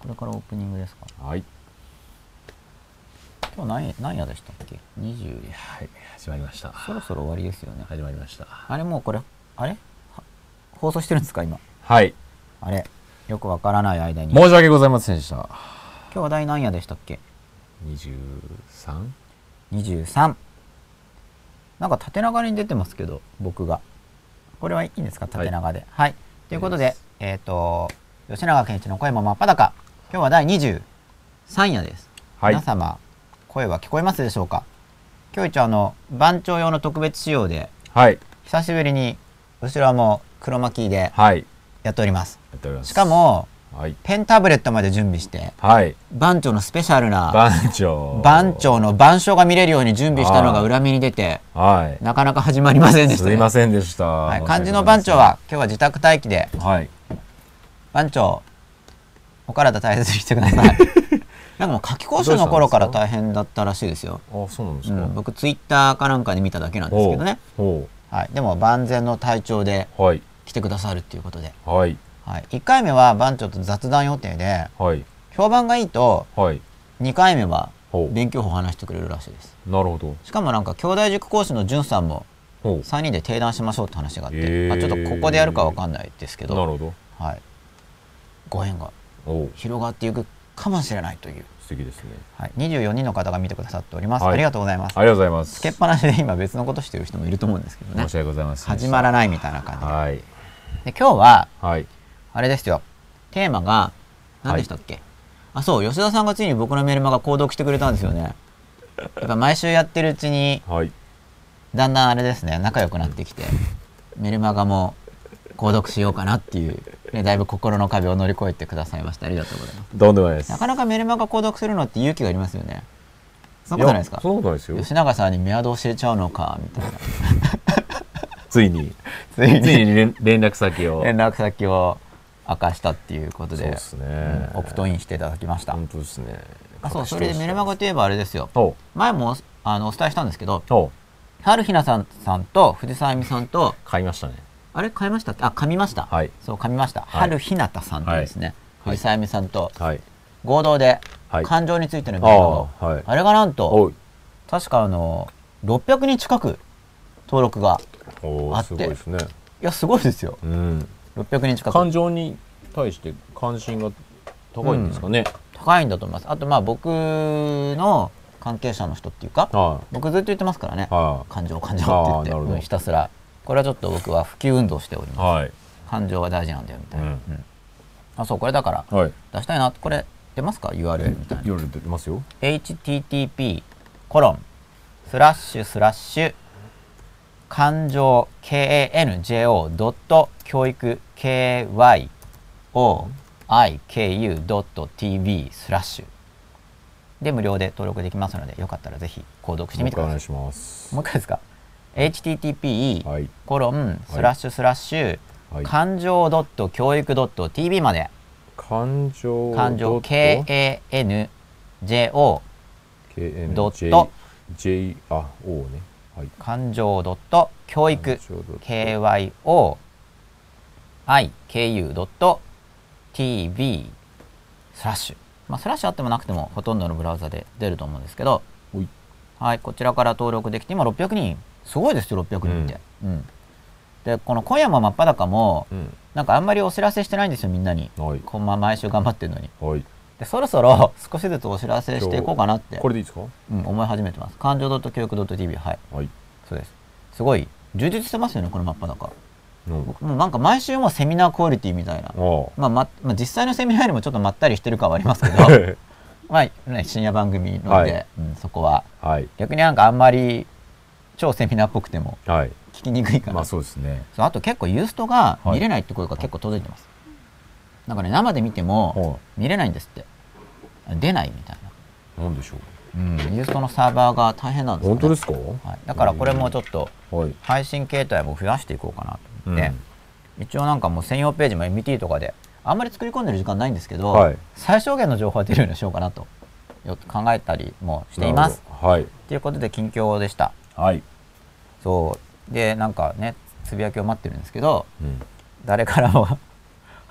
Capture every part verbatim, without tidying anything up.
これからオープニングですか。 はい。 今日何何夜でしたっけ？にじゅう。 はい、始まりました。 そろそろ終わりですよね。 始まりました。 あれもうこれあれ放送してるんですか今？ はい。 あれよくわからない間に。 申し訳ございませんでした。 今日話題何夜でしたっけ？ にじゅうさん？ にじゅうさん。なんか縦長に出てますけど僕が。これはいいんですか縦長で。はい。はい、ということでえっ、ー、と吉永健一の声も真っ裸。今日はだいにじゅうさん夜です。はい、皆様声は聞こえますでしょうか？今日一応あの番長用の特別仕様で、はい、久しぶりに後ろも黒巻きでやっております。はい、やっております。しかも、はい、ペンタブレットまで準備して、はい、番長のスペシャルな番長番長の板書が見れるように準備したのが裏目に出て、はい、なかなか始まりませんでした、ね。 すいませんでした。はい、 漢字の番長は今日は自宅待機で、はい、番長お体大切にしてください。なんかもう夏期講習の頃から大変だったらしいですよ。 あ、そうなんですか。うん、 僕ツイッターかなんかで見ただけなんですけどね。はい、でも万全の体調で来てくださるっていうことで、はいはい、いっかいめは番長と雑談予定で、はい、評判がいいと、はい、にかいめは勉強法を話してくれるらしいです。なるほど。しかもなんか兄弟塾講師のじゅんさんもさんにんで定談しましょうって話があって、まあ、ちょっとここでやるかわかんないですけど、なるほど、はい、ご縁が広がっていくかもしれないという。 素敵ですね。 はい、にじゅうよにんの方が見てくださっております。はい、ありがとうございます。 ありがとうございます。 つけっぱなしで今別のことしてる人もいると思うんですけどね。 申し訳ございません。 始まらないみたいな感じで。 はい、 で今日は、はい、あれですよ。テーマが何でしたっけ？はい、あ、そう、吉田さんがついに僕のメルマガ購読してくれたんですよね。やっぱ毎週やってるうちに、はい、だんだんあれですね、仲良くなってきて、メルマガも購読しようかなっていう、ね、だいぶ心の壁を乗り越えてくださいました。ありがとうございます。 どんでもないです。 なかなかメルマガ購読するのって勇気がありますよね。そんなことないですか？ そんなことないですよ。 吉永さんにメアド教えちゃうのかみたいな。 ついについに連絡先を連絡先を明かしたっていうことで、そうですね、 うん、オプトインしていただきました。 本当ですね。 あ、そう、それでメルマガといえばあれですよ。前もあのお伝えしたんですけど、春ひなさんさんと藤沢恵美さんと買いましたね。あれ買いましたっけ？あ、噛みました。はい、そう噛みました。はい、春ひなたさんとですね、はい、藤沢恵美さんと合同で感情についてのメルマガを、はい、あれがなんと確かあのろっぴゃくにん近く登録があって、すごいですね。いやすごいですよ。うん、ろっぴゃくにん近く。 感情に対して関心が高いんですかね。 うん、高いんだと思います。あとまあ僕の関係者の人っていうか、はあ、僕ずっと言ってますからね。はあ、感情感情って言って、うん、ひたすら。これはちょっと僕は普及運動しております。はい、感情が大事なんだよみたいな。うんうん、あ、そうこれだから、はい、出したいな。これ出ますか ユーアールエル みたいな。 ユーアールエル 出ますよ。 エイチティーティーピー コロンスラッシュスラッシュ感情 ケーエーエヌジェーオー ドット教育 ケーワイオーアイケーユー ドット ティービー スラッシュで無料で登録できますので、よかったらぜひ購読してみてください。 お願いします。 もう一回ですか？ エイチティーティーピー コロンスラッシュスラッシュ感情ドット教育ドット ティービー まで。 感情感情 ケーエーエヌジェーオー ドット J あ O ね、はい、 感情ドット教育 ケーワイオーアイケーユー ドット ティービー スラッシュ、まあスラッシュあってもなくてもほとんどのブラウザで出ると思うんですけど、はい、こちらから登録できて今ろっぴゃくにん、すごいですよろっぴゃくにんって。うん、うん、でこの今夜も真っ裸も、うん、なんかあんまりお知らせしてないんですよみんなに。はい、こんま毎週頑張ってるのに。はい、でそろそろ少しずつお知らせしていこうかなって。 これでいいですか？ うん、思い始めてます。感情教育 .tv、 はい、はい、そうです。すごい充実してますよねこの真っ裸。うん、僕もうなんか毎週もセミナークオリティみたいな、まあままあ、実際のセミナーよりもちょっとまったりしてる感はありますけどまあ、ね、深夜番組なので、はい、うん、そこは、はい、逆になんかあんまり超セミナーっぽくても聞きにくいかな、はい、 まあそうですね。 そう、あと結構ユーストが見れないって声が結構届いてます。はい、なんかね生で見ても見れないんですって、出ないみたいな。 なんでしょう。 うん、ユーストのサーバーが大変なんですよね。 本当ですか？ はい、だからこれもちょっと配信形態も増やしていこうかなと思って、うん、一応なんかもう専用ページも エムティー とかであんまり作り込んでる時間ないんですけど、はい、最小限の情報が出るようにしようかなと考えたりもしています。はい、ということで近況でした。はい、そうでなんかねつぶやきを待ってるんですけど、うん、誰からも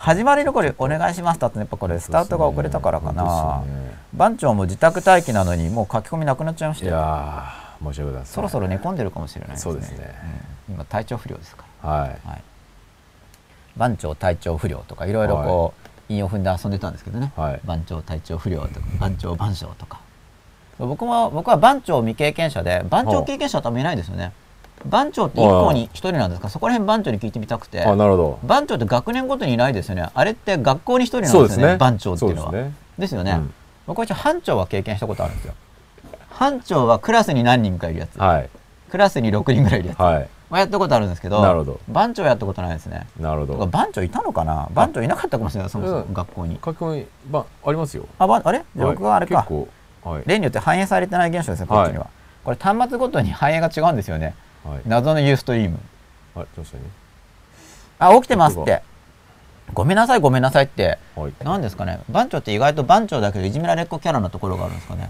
始まりの頃お願いしますだとやっぱこれスタートが遅れたからかな、 ね、 番長も自宅待機なのにもう書き込みなくなっちゃいましたよ。 いやー申し訳ございません。 そろそろ寝込んでるかもしれないですね。 そうですね、 うん、今体調不良ですから、 はい、 はい、番長体調不良とかいろいろこう、はい、韻を踏んで遊んでたんですけどね、はい、番長体調不良とか番長番章とか僕も僕は番長未経験者で番長経験者は多分いないですよね。番長っていっこにひとりなんですか。そこら辺番長に聞いてみたくて。 あ、なるほど。 番長って学年ごとにいないですよね。あれって学校にひとりなんですよ ね, ですね番長っていうのは。ですね。ですよね、うん、僕は一応班長は経験したことあるんですよ。班長はクラスに何人かいるやつ、はい、クラスにろくにんぐらいいるやつ、はい、はやったことあるんですけど、なるほど、番長やったことないですね。なるほど。番長いたのかな。番長いなかったかもしれない。そもそも学校に書き込みばありますよ。 あばあれじゃあ僕はあれか、はい、例によって反映されてない現象ですねこっちには、はい、これ端末ごとに反映が違うんですよね、はい、謎のユーストリーム。あ、ね、あ起きてますって。ごめんなさいごめんなさいって、はい、なんですかね。番長って意外と番長だけどいじめられっ子キャラなところがあるんですかね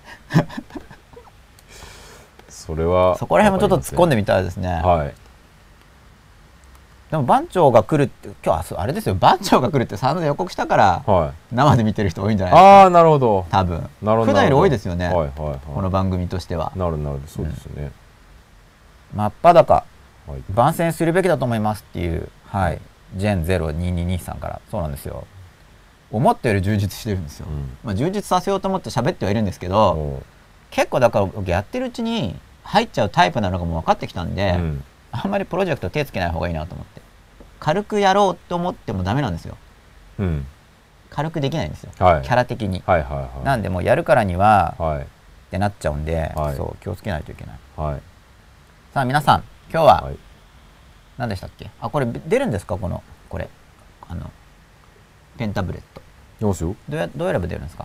それはそこら辺もちょっと突っ込んでみたいですね、はい、でも番長が来るって今日はあれですよ、番長が来るって散々予告したから、はい、生で見てる人多いんじゃないですか。ああなるほど。多分なるほど普段より多いですよね、はいはいはい、この番組としては。なるほどなるほど、そうですね、うん、真っ裸、はい、番宣するべきだと思いますっていう、はい、ジェンゼロにーにーにーさんから。そうなんですよ、思ったより充実してるんですよ、うん、まあ、充実させようと思って喋ってはいるんですけど、結構だから僕やってるうちに入っちゃうタイプなのがもう分かってきたんで、うん、あんまりプロジェクト手つけない方がいいなと思って。軽くやろうと思ってもダメなんですよ、うん、軽くできないんですよ、はい、キャラ的に、はいはいはい、なんでもうやるからには、はい、ってなっちゃうんで、はい、そう気をつけないといけない、はい、さあ皆さん今日は、はい、何でしたっけ。あこれ出るんですかこのこれあのペンタブレット出ますよ。どうやどうやれば出るんですか。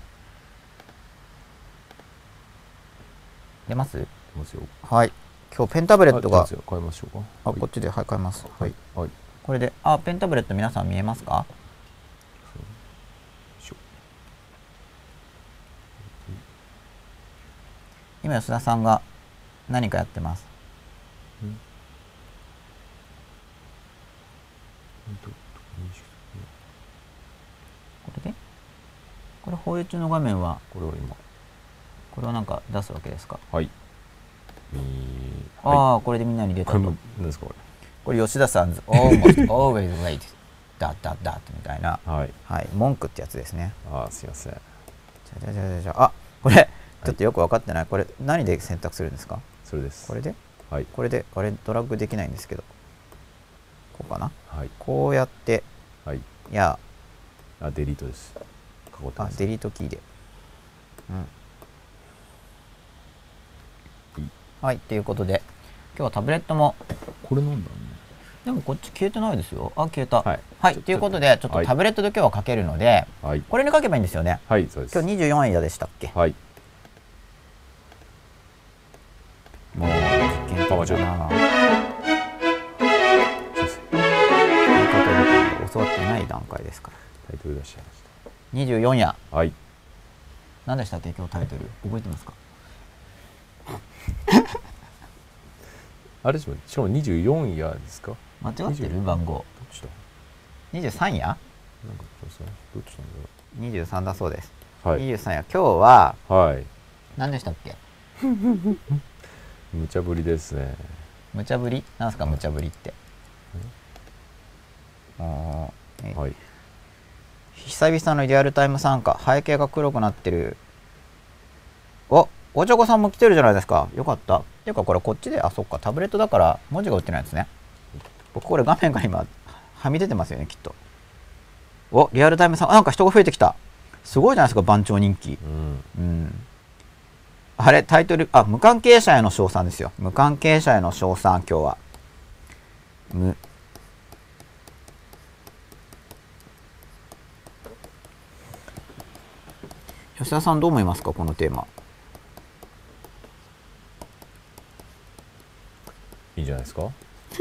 出ます出ますよ。はい、今日ペンタブレットが変えましょうか。 あ、はい、こっちで、はい、変えます。はい、はい、これで、あ、ペンタブレット皆さん見えますか。今吉田さんが何かやってます。これでこれ放映中の画面はこれを今これをなんか出すわけですか。はい、ああ、はい、これでみんなに出たと。これ何ですかこれ。これ吉田さん almost always late ダッダッダッみたいな、はい、はい、文句ってやつですね。ああすいません。じゃじゃじゃじゃあこれちょっとよく分かってない。これ何で選択するんですか。それです。これで、はい、これでこれドラッグできないんですけどこうかな、はい、こうやって、はい、いやあデリートです。あデリートキーで、うん、はい、ということで今日はタブレットもこれなんだね。でもこっち消えてないですよ。あ消えた。はい、はい、ということでちょっとタブレットで今日は書けるので、はい、これに書けばいいんですよね。はい、そうです。今日にじゅうよんえんでしたっけ。はい。もう実験的だな。教わってない段階ですから。タイトル出しちゃいました。にじゅうよん夜。はい。何でしたっけ今日タイトル覚えてますか。 あれでしょ、しかもにじゅうよん夜ですか。 間違ってる番号。どっちだ。にじゅうさん夜？なんかどっちなんだろう。にじゅうさんだそうです。はい。にじゅうさん夜。今日は、はい。何でしたっけ。 無茶ぶりですね。 無茶ぶり？なんすか無茶ぶりって。ああ、はい。久々のリアルタイム参加。背景が黒くなってる。お、おちょこさんも来てるじゃないですか。よかった。っていうかこれこっちで、あ、そっか、タブレットだから文字が打ってないですね。僕これ画面が今はみ出てますよねきっと。お、リアルタイムさん、なんか人が増えてきた。すごいじゃないですか番長人気。うん。うん、あれタイトル、あ、無関係者への称賛ですよ。無関係者への称賛今日は。無。吉田さんどう思いますかこのテーマ。 いいんじゃないですか。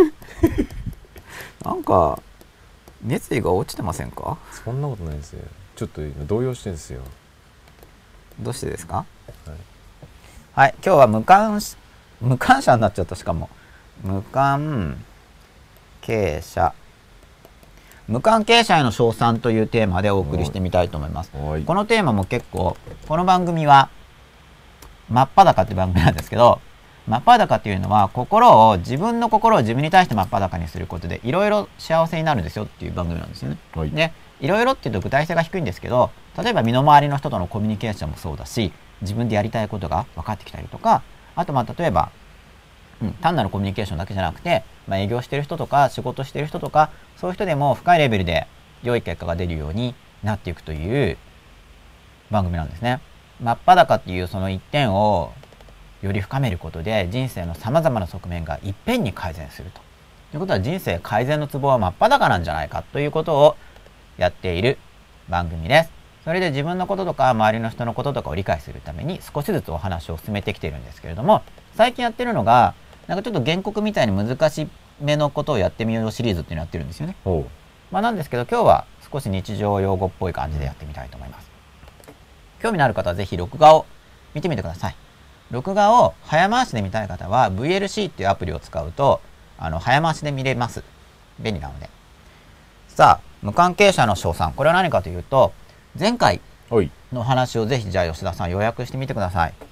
なんか熱意が落ちてませんか。 そんなことないですよ。ちょっと動揺してるんですよ。 どうしてですか。はい、はい、今日は無関無関者になっちゃった。しかも無関係者。 無関係者への称賛というテーマでお送りしてみたいと思います。 はい。 このテーマも結構、この番組は真っ裸っていう番組なんですけど、真っ裸っていうのは心を、自分の心を自分に対して真っ裸にすることでいろいろ幸せになるんですよっていう番組なんですよね。 はい。 で、いろいろっていうと具体性が低いんですけど、例えば身の回りの人とのコミュニケーションもそうだし、自分でやりたいことが分かってきたりとか、あとまあ例えば、うん、単なるコミュニケーションだけじゃなくて、まあ、営業してる人とか仕事してる人とか、そういう人でも深いレベルで良い結果が出るようになっていくという番組なんですね。真っ裸っていうその一点をより深めることで人生のさまざまな側面がいっぺんに改善するということは、人生改善のツボは真っ裸なんじゃないかということをやっている番組です。それで自分のこととか周りの人のこととかを理解するために少しずつお話を進めてきているんですけれども、最近やってるのがなんかちょっと原告みたいに難しめのことをやってみようシリーズっていうのをやってるんですよね。 おう。 まあなんですけど、今日は少し日常用語っぽい感じでやってみたいと思います。興味のある方はぜひ録画を見てみてください。録画を早回しで見たい方は ブイエルシー っていうアプリを使うと、あの早回しで見れます。便利なので。さあ、無関係者の称賛。これは何かというと、前回はい。 の話をぜひじゃあ吉田さん要約してみてください。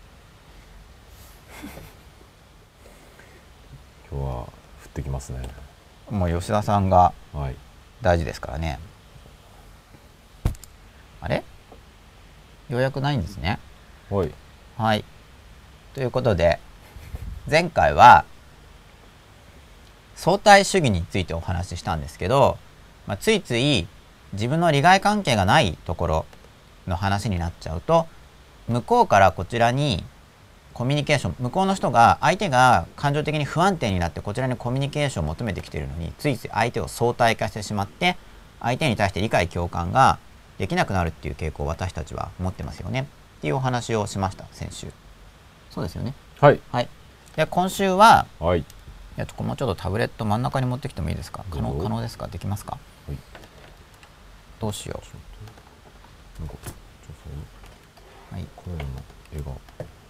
今日は降ってきますね。 もう吉田さんがはい。 大事ですからね。あれ？要約ないんですね。 はい。 はい。ということで、前回は相対主義についてお話ししたんですけど、まあ、ついつい自分の利害関係がないところの話になっちゃうと、向こうからこちらにコミュニケーション、向こうの人が、相手が感情的に不安定になってこちらにコミュニケーションを求めてきているのに、ついつい相手を相対化してしまって、相手に対して理解共感ができなくなるっていう傾向を私たちは持ってますよねっていうお話をしました、先週。そうですよね。 はい。 はい。で、今週は、 はい。 えっと、もうちょっとタブレット真ん中に持ってきてもいいですか？可能、 どうぞ可能ですか？できますか？ はい。 どうしよなんか、ちょっと、 う。はい。 この絵が